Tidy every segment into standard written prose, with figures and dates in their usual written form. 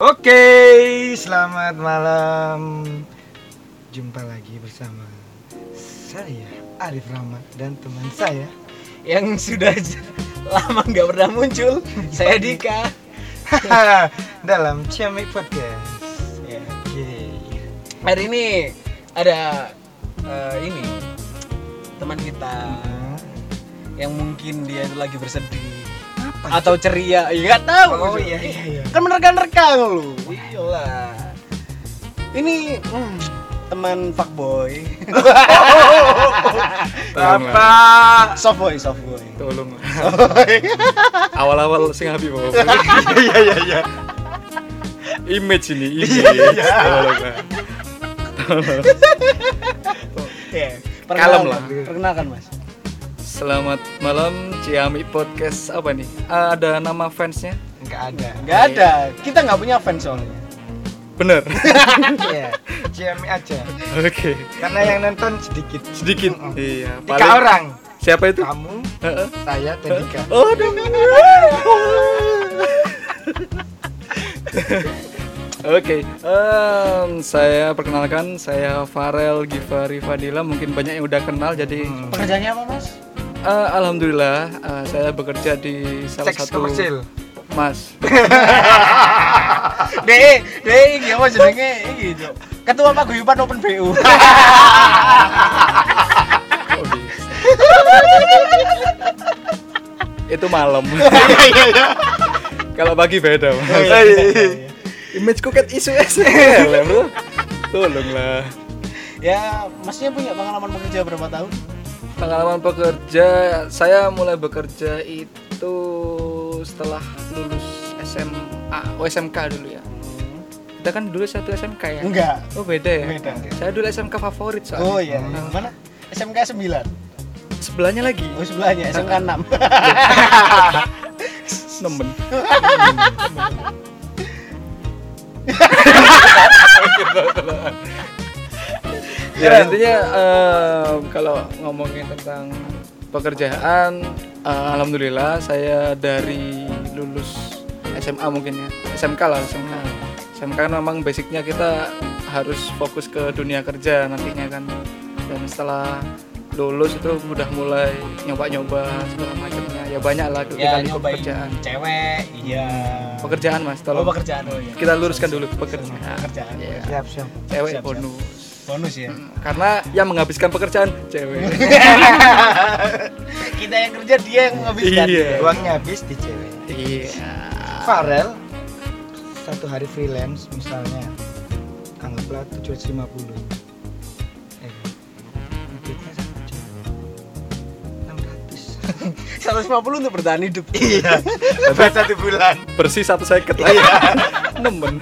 Oke, selamat malam. Jumpa lagi bersama saya Arif Rahmat dan teman saya yang sudah lama nggak pernah muncul, saya Dika. dalam Ciamik Podcast. Ya. Oke. Hari ini ada ini teman kita yang mungkin dia itu lagi bersedih atau ceria, ya nggak tahu. Oh iya. Kan menerka-nerka lu. Iyalah. Ini teman fuckboy. Apa? Softboy. Tolong. Awal-awal sing happy kok. Iya. Image. Tolong. Ya, Kalem lah. Perkenalkan Mas. Selamat malam Ciamik Podcast. Apa nih? Ada nama fansnya? Enggak ada. Kita nggak punya fans soalnya. Bener. Iya, Ciamik aja. Oke. Karena yang nonton sedikit. Iya. 3 orang. Siapa itu? Kamu, Heeh. saya, dan Dika. Oh, aduh. Oke, saya perkenalkan, saya Farel Givari Fadila. Mungkin banyak yang udah kenal. Jadi Pekerjaannya apa Mas? alhamdulillah saya bekerja di salah Seks satu komersil. Mas. Dek, iki apa jenenge iki, Cuk. Ketua Paguyuban Open BU. Oh, bisa. Itu malam. Kalau pagi beda, Mas. Image kuket isu SL, bro. Tolonglah. Ya, Masnya punya pengalaman bekerja berapa tahun? Pengalaman pekerja, saya mulai bekerja itu setelah lulus SMA, SMK dulu ya. Kita kan dulu satu SMK ya? Enggak. Oh beda ya? Beda. Saya dulu SMK favorit soalnya. Oh iya. Mana? SMK 9. Sebelahnya lagi. Oh, sebelahnya SMK 6. Nemen. Ya intinya kalau ngomongin tentang pekerjaan, alhamdulillah saya dari lulus SMA mungkin ya, SMK kan memang basicnya kita harus fokus ke dunia kerja nantinya kan, dan setelah lulus itu udah mulai nyoba segala macamnya, ya banyak lah kita lihat pekerjaan. Cewek, iya. Pekerjaan Mas, tolong. Pekerjaan iya. Kita luruskan dulu pekerjaan. Ya. Siap. Cewek Siap. bonus Ya. karena yang menghabiskan pekerjaan cewek. Kita yang kerja, dia yang menghabiskan. Iya. Uangnya habis di cewek. Iya. Farel satu hari freelance misalnya anggaplah 750. Duitnya sama cewek 600. 150 untuk bertahan hidup. Iya. Buat 1 bulan. Bersih 1 seket lah. Nemen.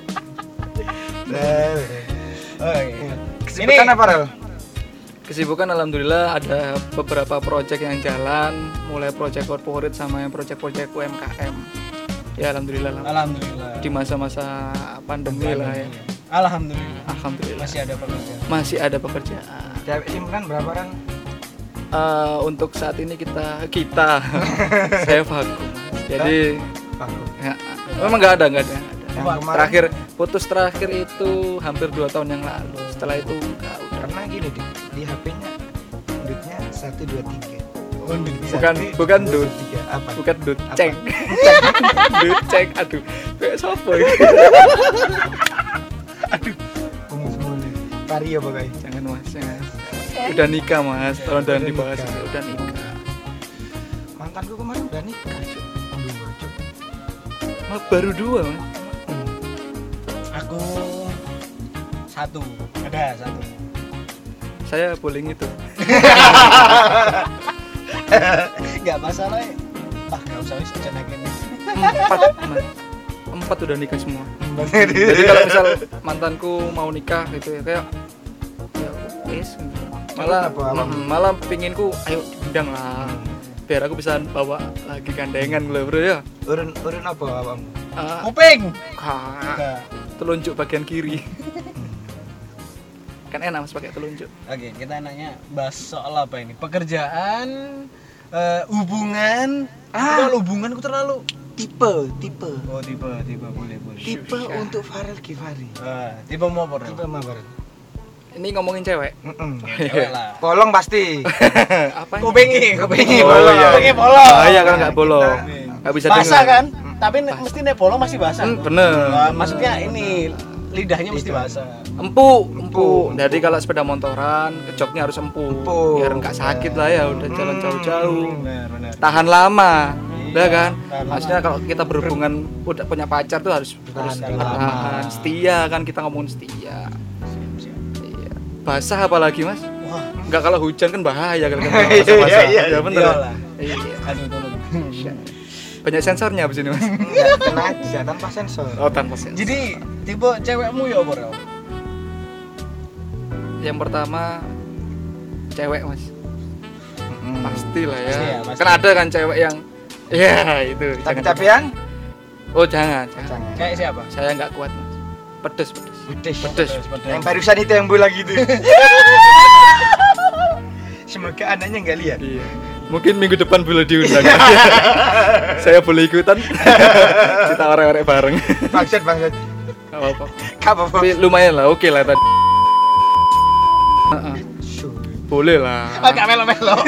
Oh iya. Kesibukan apa, Rel? Kesibukan alhamdulillah ada beberapa proyek yang jalan, mulai proyek corporate sama yang proyek UMKM. Ya alhamdulillah lah. Alhamdulillah. Di masa-masa pandemi lah ya. Alhamdulillah. Masih Masih ada pekerjaan. ada pekerjaan. Cewek simpan berapa orang? Untuk saat ini kita saya vakum. Jadi ya, memang nggak ada. Yang kemarin Terakhir putus itu hampir 2 tahun yang lalu. Setelah itu enggak udah. karena gini di HP-nya duitnya 1 2 3. Bukan dut. 3 apa? Bukan dut, Apa? ceng. Dut ceng, aduh. Kayak sopo ya? Ngomong semua nih. Vario pokoknya. Jangan Mas, jangan. Udah nikah Mas, tolong jangan Udah dibahas. nikah. Udah nikah. Mantanku kemarin udah nikah, Cuk. Baru 2 Mas. Aku satu. Ada satu. Saya boleh gitu. Enggak masalah. Enggak usah wis aja nagih. 4 udah nikah semua. Jadi kalau misal mantanku mau nikah gitu ya kayak ya wis malah pinginku ayo undang lah biar aku bisa bawa lagi gandengan gue bro ya. Urun apa awakmu? Kuping. Telunjuk bagian kiri. Kan enak Mas pakai telunjuk. Oke, kita enaknya bahas soal apa ini? Pekerjaan, hubungan. Kalau hubungan aku terlalu tipe. Oh, tipe boleh. Tipe untuk Farel Ghifari. Tipe mau apa? Tipe apa, Farel? Ini ngomongin cewek. Cewek lah. Polong pasti. Apa? Kupingi Oh, bolong. iya. Kupingi bolong. Bahaya kan enggak bolong. Enggak bisa Basah dengar. kan? Tapi mesti nek bolong masih basah. Bener. Maksudnya ini lidahnya mesti basah. Empuk. Jadi kalau sepeda motoran, joknya harus empuk. Biar enggak sakit lah ya, udah jalan jauh-jauh. Benar. Tahan lama. Udah kan? tahan lama. Maksudnya kalau kita berhubungan udah punya pacar tuh harus Tahan tahan. Setia kan, kita ngomongin setia. Iya. Basah apalagi, Mas? Wah, Enggak, kalau hujan kan bahaya kalau kita basah-basah. Iya bener. iyalah. Iya. Aduh, tolong. Banyak sensornya abis ini, Mas. Enggak kena aja tanpa sensor. Oh, tanpa sensor. Jadi tipe cewekmu ya apa, Rel? Yang pertama cewek, Mas. Pastilah ya. Pasti ya, pasti. Kan ada kan cewek yang ya itu. jangan- Tapi-tapian? Oh, jangan. Jangan. Kayak siapa? Saya nggak kuat, Mas. Pedes. Pedes. Yang barusan itu yang bilang gitu. Semoga anaknya nggak lihat. Iya. Mungkin minggu depan boleh diundang. Saya boleh ikutan. Kita orek-orek bareng. Bangsat. Nggak apa-apa. Apa-apa. Tapi lumayan lah, oke lah tadi. Heeh. Boleh lah. Agak melo-melo.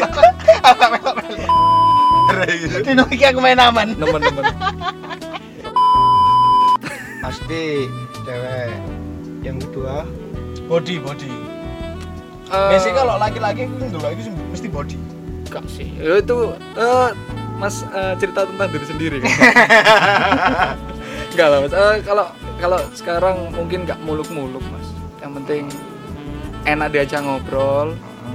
Dino iki aku main aman. Teman-teman. Pasti cewek. Yang kedua, Body. Biasanya kalau laki-laki itu dulu lagi mesti body. Enggak sih. Itu Mas cerita tentang diri sendiri kan. Enggak lah, Mas. Kalau sekarang mungkin enggak muluk-muluk, Mas. Yang penting enak diajak ngobrol.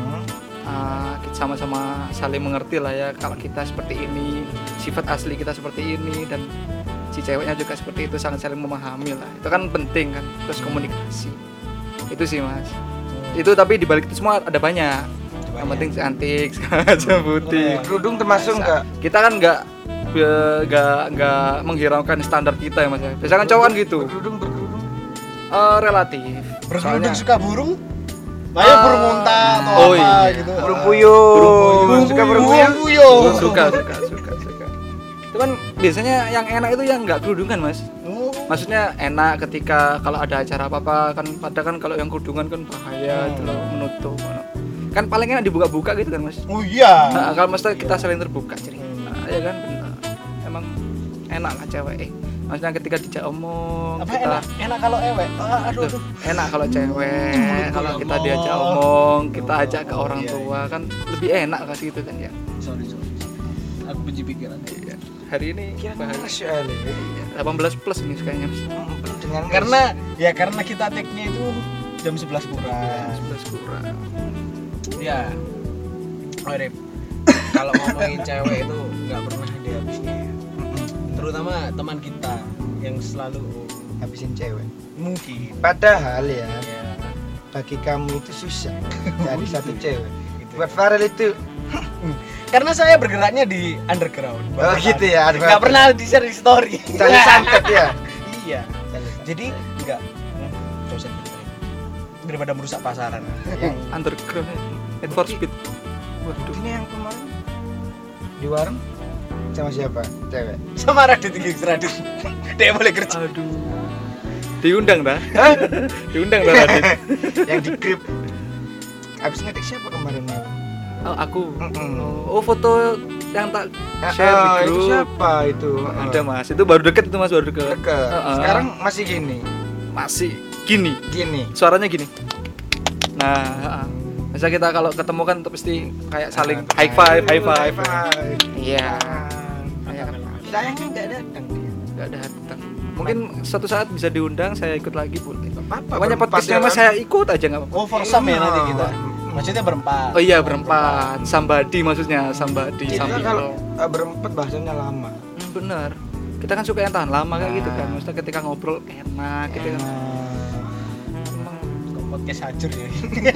Kita sama-sama saling mengerti lah ya, kalau kita seperti ini, sifat asli kita seperti ini, dan si ceweknya juga seperti itu, sangat saling memahami lah. Itu kan penting kan, terus komunikasi. Itu sih, Mas. Itu tapi dibalik itu semua ada banyak. Yang penting cantik, segala putih. kerudung termasuk nggak? Kita kan nggak menghiraukan standar kita ya, Mas. Biasanya kan cowok kan gitu. Berkerudung. Relatif. Berkerudung Soalnya- suka burung? Kayak burung unta atau oh apa iya. gitu. Burung puyuh. Suka burung puyuh. Suka. Itu kan biasanya yang enak itu yang nggak kerudungan, Mas. Maksudnya enak ketika kalau ada acara apa-apa kan, padahal kan kalau yang kerudungan kan bahaya itu loh, menutup. Kan paling enak dibuka-buka gitu kan, Mas. Oh iya. Nah, kalau mesti kita saling terbuka cerita, ya kan benar. Emang enak lah cewek. Maksudnya ketika dijak omong, Apa kita enak kalau ewek? Aduh. enak kalau cewek. Kalau kita diajak omong, kita ajak ke orang tua kan lebih enak kasih gitu kan ya. Sorry. Aku benci pikiran. Iya. Hari ini Kira-kira bahas soalnya 18 plus ini kayaknya, Mas. dengan Karena kita take-nya itu jam 11 kurang. 11 kurang. Ya. Oh, Rip. Kalau ngomongin cewek itu nggak pernah ada habisnya. Terutama teman kita yang selalu habisin cewek. mungkin. Padahal ya, Ya. bagi kamu itu susah cari satu cewek. Buat Farel itu, Karena saya bergeraknya di underground. oh gitu ya. Nggak pernah di share di story. Cari santet ya. Iya. Jadi nggak usah diceritain. Daripada merusak pasaran. Yang Underground, Need for Speed. Waduh. ini yang kemarin di warung sama siapa? Cewek. Sama Radit Radit. Dia boleh kerja. Aduh. Diundang dah. Diundang dah Radit. Yang di grip. Abis ngetik siapa kemarin malam? Oh, aku. Mm-mm. Oh, foto yang tak share di Itu grup. siapa itu? Ada, Mas. Itu baru deket itu, Mas, baru deket. Deket. Sekarang masih gini. Masih gini. Gini. Suaranya gini. Nah, masa kita kalau ketemu kan pasti kayak saling high five. Iya. Kayak kan Sayangnya nggak datang dia. enggak datang. Mungkin suatu saat bisa diundang, saya ikut lagi boleh. Apa-apa. Pokoknya berempat podcastnya ya Mas kan? saya ikut aja enggak apa-apa. Oh, forsam ya nanti kita. Maksudnya berempat. Oh iya, berempat. Sambadi maksudnya, sambadi, Kita sambilo. kalau berempat bahasanya lama. Bener. Kita kan suka yang tahan lama kayak gitu kan. Maksudnya ketika ngobrol enak gitu kan. Emang Kok podcast hancur ya.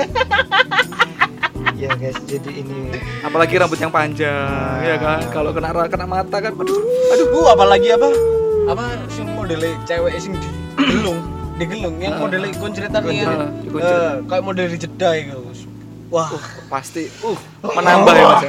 Ya guys, jadi ini apalagi rambut yang panjang, ya kan. Kalau kena mata kan, aduh. Apalagi apa? Apa sing model cewek sing digelung yang model ikon ceritanya Dikunci. kayak model di jeda itu. Wah, Pasti menambah ya Mas ya.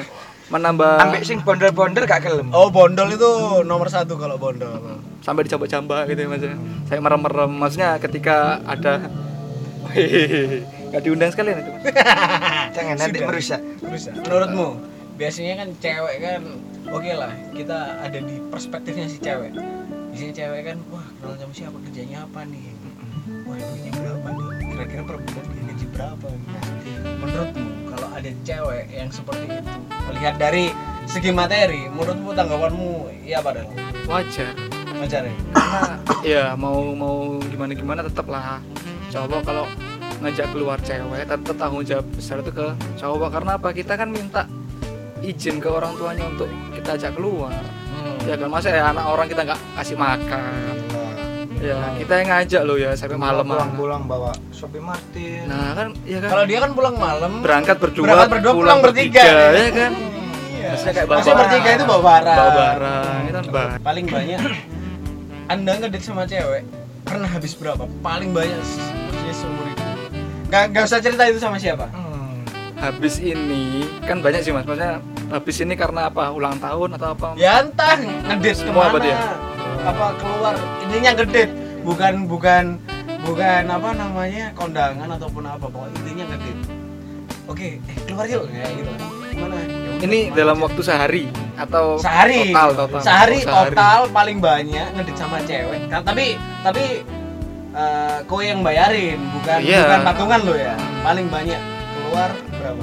menambah Ambek sing bondol-bondol gak gelem. Oh, bondol itu nomor 1 kalau bondol. sampai dicoba-coba gitu ya Mas. Saya merem-merem maksudnya ketika ada nggak diundang sekalian itu Mas. Jangan nanti Sudah. merusak. Bisa. Menurutmu, biasanya kan cewek kan oke lah, kita ada di perspektifnya si cewek. Biasanya cewek kan, wah kenal sama siapa, kerjanya apa nih? Wah duitnya berapa nih? Kira-kira per bulan dia gaji berapa nih? Menurutmu, kalau ada cewek yang seperti itu, melihat dari segi materi, menurutmu tanggapanmu iya apa dong? Wajar Wajar ya? karena ya mau gimana tetaplah cowok kalau ngajak keluar cewek tetap tanggung jawab besar itu ke cowok. Karena apa, kita kan minta izin ke orang tuanya untuk kita ajak keluar ya kan. Masa ya anak orang kita nggak kasih makan ya, kita yang ngajak loh ya sampai malam. Pulang bawa Shopee Martin. Nah kan ya kan Kalau dia kan pulang malam, berangkat berdua pulang bertiga. ya kan. Iya. Maksudnya kayak Maksudnya bertiga itu bawa barang. bawa barang itu kan barang. Paling banyak Anda ngedate sama cewek pernah habis berapa? Paling banyak maksudnya seumur hidup. Gak usah cerita itu sama siapa. Habis ini kan banyak sih Mas, maksudnya habis ini karena apa, ulang tahun atau apa? Ya entah ngedate Semua kemana, apa dia? apa keluar, intinya ngedate, bukan apa namanya kondangan ataupun apa, pokoknya intinya ngedate. Oke, keluar yuk kayak gitu. Kemana? Ya udah, Ini kemana dalam aja. waktu sehari atau Sehari. total Sehari Oh, total paling banyak ngedate sama cewek. Kan, tapi kowe yang bayarin, bukan Iya. bukan patungan lo ya. Paling banyak keluar berapa?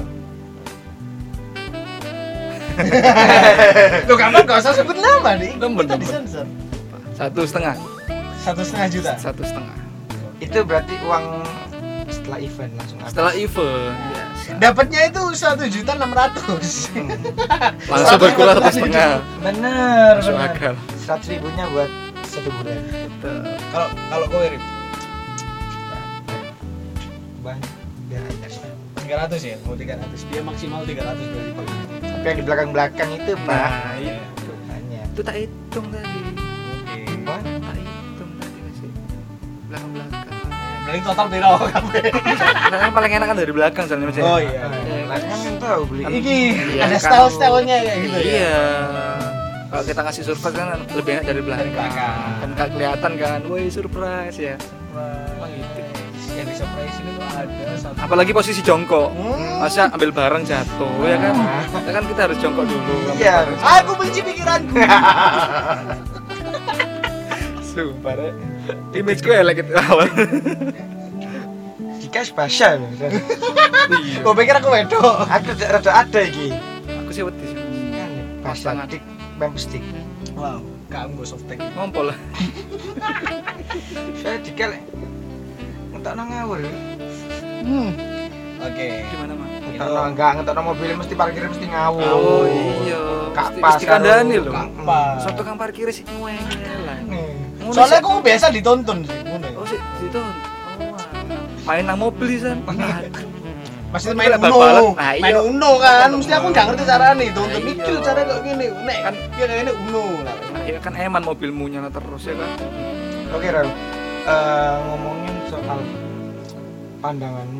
Tuh kamu gak usah sebut nama nih. Temen. Kita disensor. 1,5 1,5 juta. 1,5 Itu berarti uang setelah event langsung habis. setelah event ya. Dapatnya itu 1.600.000. Langsung berkurang 1,5 Bener, masuk bener. akal. 100.000-nya buat 1 bulan. Betul. Kalau kowe Rip, Banyak. Biar aja. 300 ya, mau 300. Dia maksimal 300 berarti. Tapi yang di belakang-belakang itu, Pak. Nah itu Banyak. itu tak hitung tadi, Oke. Apa? tak hitung tadi masih belakang. Berarti total piro kabeh? Karena paling enak kan dari belakang soalnya Mas. Oh iya. Lah kan yang tahu beli. Iki Iya, ada kan. style-stylenya kayak gitu ya. Iya. Kalau kita ngasih surprise kan lebih enak dari belakang. Dari belakang. Kan nggak kelihatan kan, woi surprise ya. Emang gitu. Yang di surprise itu ada satu. Apalagi posisi jongkok. Hmm. Masa ambil barang jatuh ya kan? Ya kan kita harus jongkok dulu. ambil Iya. barang. Aku benci pikiranku. Sumpah deh. Image gue elek itu awal. Jika spesial. Iya. Gue pikir aku wedok. Aku rada ada iki. Aku sih wedi sih. Pasangan dik bambustik. Wow, kamu gue softtek. Ngompol lah. Saya dikel entek nang ngawur. Oke. Gimana mah? Entekno enggak entekno mobil mesti parkir mesti ngawur. Oh iya. Kak Mesti- pas mesti kandani lho. Pas. Soal tukang parkir sih ngewelan. Soalnya aku biasa ditonton sih, ngono ya. Oh sih itu. Oh, main nang mobil san. Masih Oh, main gila, Uno. bal-balan. Nah, Main iya. Uno kan, mesti aku nggak ngerti caranya. Tonton Nah, mikir iya. cara kok gini. Nek Kan dia kayak gini Uno lah. Ya kan eman mobilmu nyala terus ya kan. Oke, Raul. Ngomongin soal pandanganmu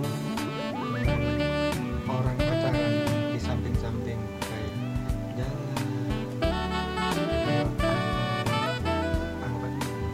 orang pacaran di samping-samping kayak jalan. Apa?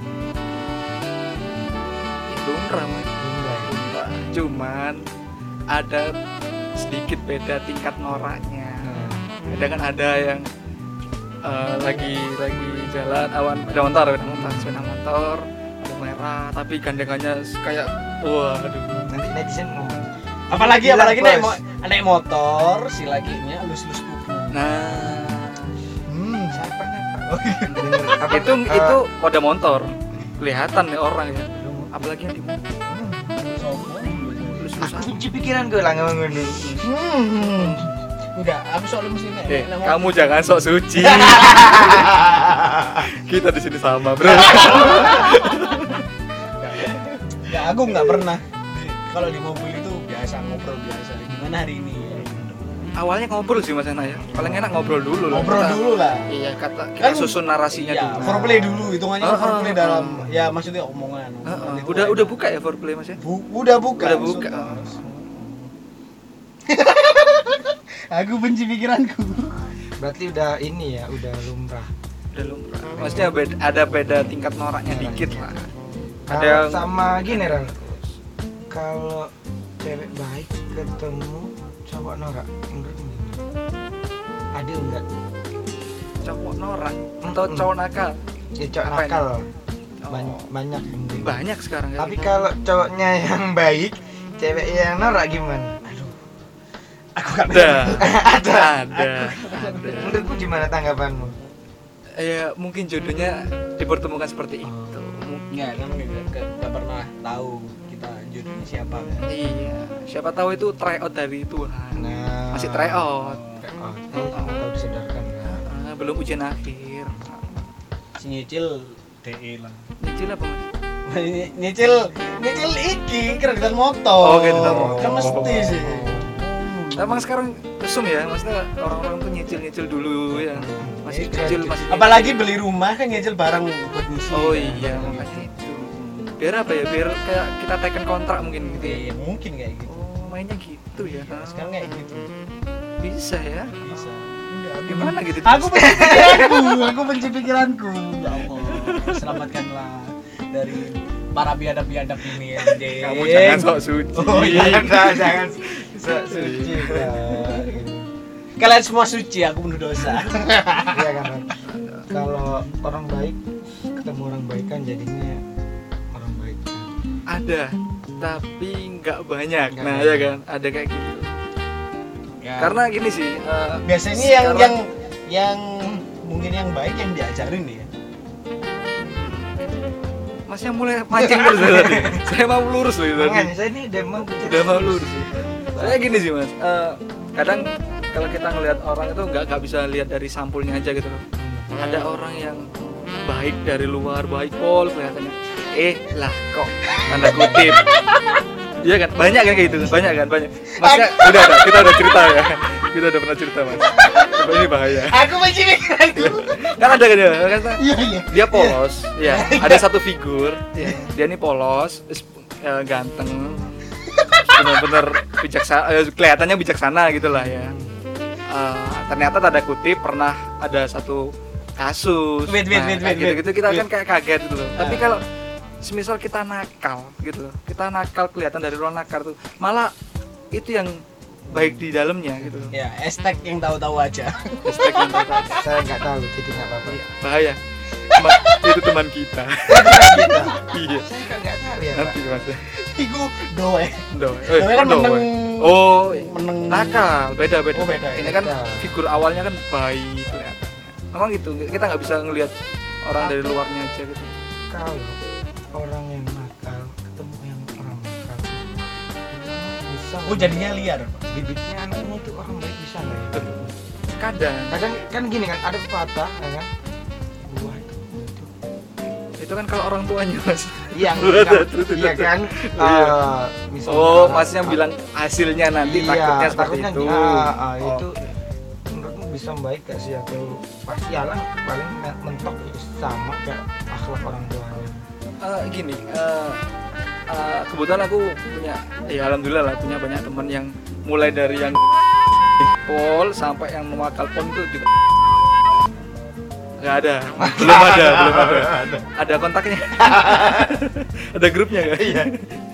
Itu ramai. Cuman ada sedikit beda tingkat noraknya. Kadang kan ada yang lagi jalan awan sepeda motor lampu merah tapi gandengannya kayak waduh. Nanti netizen ngomong. Apalagi Bilang, naik Bos. naik motor si lakinya lus-lus kuku. Nah Siapa nih, Pak? Apa, itu kode motor kelihatan nih orang ya, apalagi yang di Sopo? aku kunci pikiran gue lah ngomong ngono. Enggak, aku soalnya mesti naik motor. kamu jangan sok suci. Kita di sini sama bro. Ya aku nggak pernah. Kalau di mobil itu biasa ngobrol biasa. Gimana hari ini? Awalnya ngobrol sih mas enak ya, paling enak ngobrol dulu lah. Ngobrol Kita- dulu lah. Iya kita Kan- susun narasinya Ya, dulu. foreplay dulu, hitungannya foreplay Oh. dalam ya maksudnya omongan. Itu Udah buka ya foreplay mas ya? Udah buka. Udah buka. Aku benci pikiranku. Berarti udah ini ya, udah lumrah. Udah lumrah. Maksudnya ada beda tingkat noraknya dikit lah. Ada Kalau yang sama gini Ran, kalau cewek baik ketemu cowok norak, menurutmu gimana? Adil enggak? cowok norak atau cowok nakal. Ya cowok Apa ini? nakal. Oh. Banyak mungkin. Banyak sekarang kan. Tapi kalau cowoknya yang baik, cewek yang norak gimana? Aku gak ada. Menurutmu gimana tanggapanmu? Ya mungkin jodohnya dipertemukan seperti itu. Enggak, kan gak pernah tahu kita jodohnya siapa kan. Iya, siapa tahu itu try out dari Tuhan. Nah, Masih try out. Tahu disadarkan kan? Belum ujian akhir. Si nyicil DE lah. Nyicil apa mas? nyicil iki kreditan motor. Oh, kreditan motor. Kan mesti sih. Emang sekarang kesum ya, maksudnya orang-orang tuh nyicil dulu ya. Masih kecil masih. Apalagi beli rumah kan nyicil barang buat ngisi. Oh iya, makanya itu. Biar apa ya? Biar kayak kita teken kontrak mungkin gitu. Ya. Iya, mungkin kayak gitu. Oh, mainnya gitu ya. Nah, sekarang kayak gitu. Bisa ya. Bisa. Gimana gitu? Aku benci pikiranku. Ya Allah, selamatkanlah dari para biadab-biadab ini. Kamu jangan sok suci. Oh iya, Jangan suci. kalian semua suci, aku penuh dosa. Iya kan. Kalau orang baik ketemu orang baik kan jadinya orang baik. Ada, tapi nggak banyak. Nggak Nah banyak. ya kan, ada kayak gitu. Ya. Karena gini sih, biasanya yang mungkin yang baik yang diajarin ya. Masnya mulai mancing terus ya tadi. Saya mau lurus loh itu tadi. Makanya saya ini udah mau bicara. Udah mau lurus. Saya gini sih mas, kadang kalau kita ngelihat orang itu nggak bisa lihat dari sampulnya aja gitu loh. Ada orang yang baik dari luar, baik pol kelihatannya. Lah kok tanda kutip. Iya kan, banyak kan kayak gitu, banyak. Masnya udah, kita udah cerita ya, kita udah pernah cerita mas. Coba ini bahaya. Aku benci pikiranku. Kan ada kan ya, kan Iya. dia polos, ya. Ada satu figur, dia ini polos, ganteng, bener-bener bijaksana, kelihatannya bijaksana gitulah ya. Ternyata tanda kutip pernah ada satu kasus. Wait. Gitu kita kan kayak kaget gitu loh. Tapi kalau semisal kita nakal gitu loh, kita nakal kelihatan dari luar nakal tuh, malah itu yang baik di dalamnya gitu loh. Ya, hashtag yang tahu-tahu aja. Hashtag yang pertama. Saya nggak tahu, jadi nggak apa-apa. Iya, bahaya. Itu teman kita. Iya. Saya kan nggak tahu ya. Nanti mas. Iku doe. Doe kan meneng. Oh, Meneng. nakal. Beda. Oh, beda. Ini kan Beda. figur awalnya kan baik kelihatannya. Memang gitu. Kita nggak bisa ngelihat orang dari luarnya aja gitu. Kalau orang yang nakal ketemu yang orang nakal, bisa. Oh, jadinya liar. Bibitnya anaknya itu orang baik bisa nggak ya? Kadang Kadang kan gini kan, ada pepatah ya kan, buah itu. itu kan kalau orang tuanya mas. Iya kan. Misalnya, Oh, masnya bilang hasilnya nanti takutnya seperti takutnya itu. Itu menurutmu bisa baik gak sih, atau pasti alang paling mentok sama kayak akhlak orang tuanya? Gini, kebetulan aku punya, ya alhamdulillah lah punya banyak teman yang mulai dari yang pol sampai yang memakal pol itu juga nggak ada, belum ada. Ada kontaknya, ada grupnya nggak? Iya.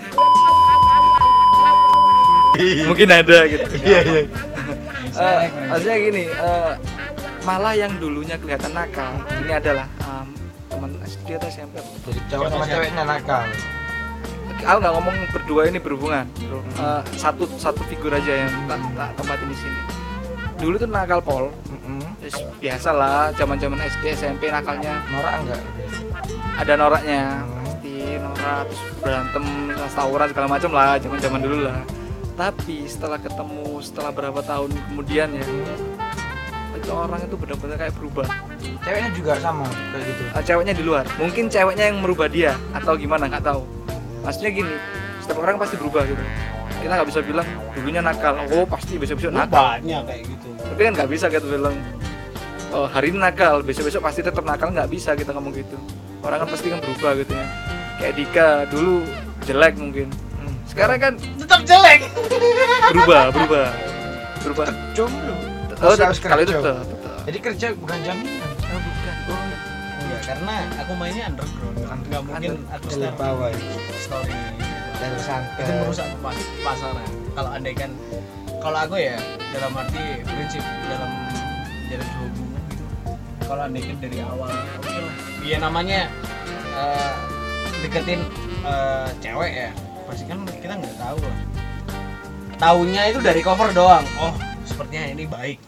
Mungkin ada gitu. Iya. Maksudnya gini, malah yang dulunya kelihatan nakal, ini adalah teman SD atau SMP. Jadi cowok sama ceweknya nakal. Aku nggak ngomong berdua ini berhubungan, bro. Satu figur aja yang tak tempatin di sini. Dulu tuh nakal pol, biasa lah, zaman SD SMP nakalnya. Norak enggak? Ada noraknya, pasti norak, terus berantem, tawuran segala macam lah, zaman dulu lah. Tapi setelah ketemu, setelah berapa tahun kemudian ya, itu orang itu benar-benar kayak berubah. Ceweknya juga sama kayak gitu. Ceweknya di luar, mungkin ceweknya yang merubah dia atau gimana nggak tahu. Maksudnya gini, setiap orang pasti berubah gitu. Kita nggak bisa bilang dulunya nakal, oh pasti besok-besok nakal. Banyak kayak gitu. Tapi kan nggak bisa kita bilang, oh hari ini nakal, besok-besok pasti tetap nakal, nggak bisa kita ngomong gitu. Orang kan pasti kan berubah gitu ya. Kayak Dika dulu jelek mungkin, sekarang kan Tetap jelek. berubah. Jomblo. Oh, Harus kalau itu kerja. tetap. Jadi kerja bukan jaminan. Oh, bukan. Oh, ya karena aku mainnya underground kan nggak mungkin aku Dari bawah ya. story Dari santet. itu merusak pasaran. Kalau andai kan kalau aku ya dalam arti prinsip dalam jalan hubungan gitu, kalau andai kan dari awalnya oke lah ya namanya deketin cewek ya pasti kan kita nggak tahu lah, taunya itu dari cover doang. Oh sepertinya ini baik,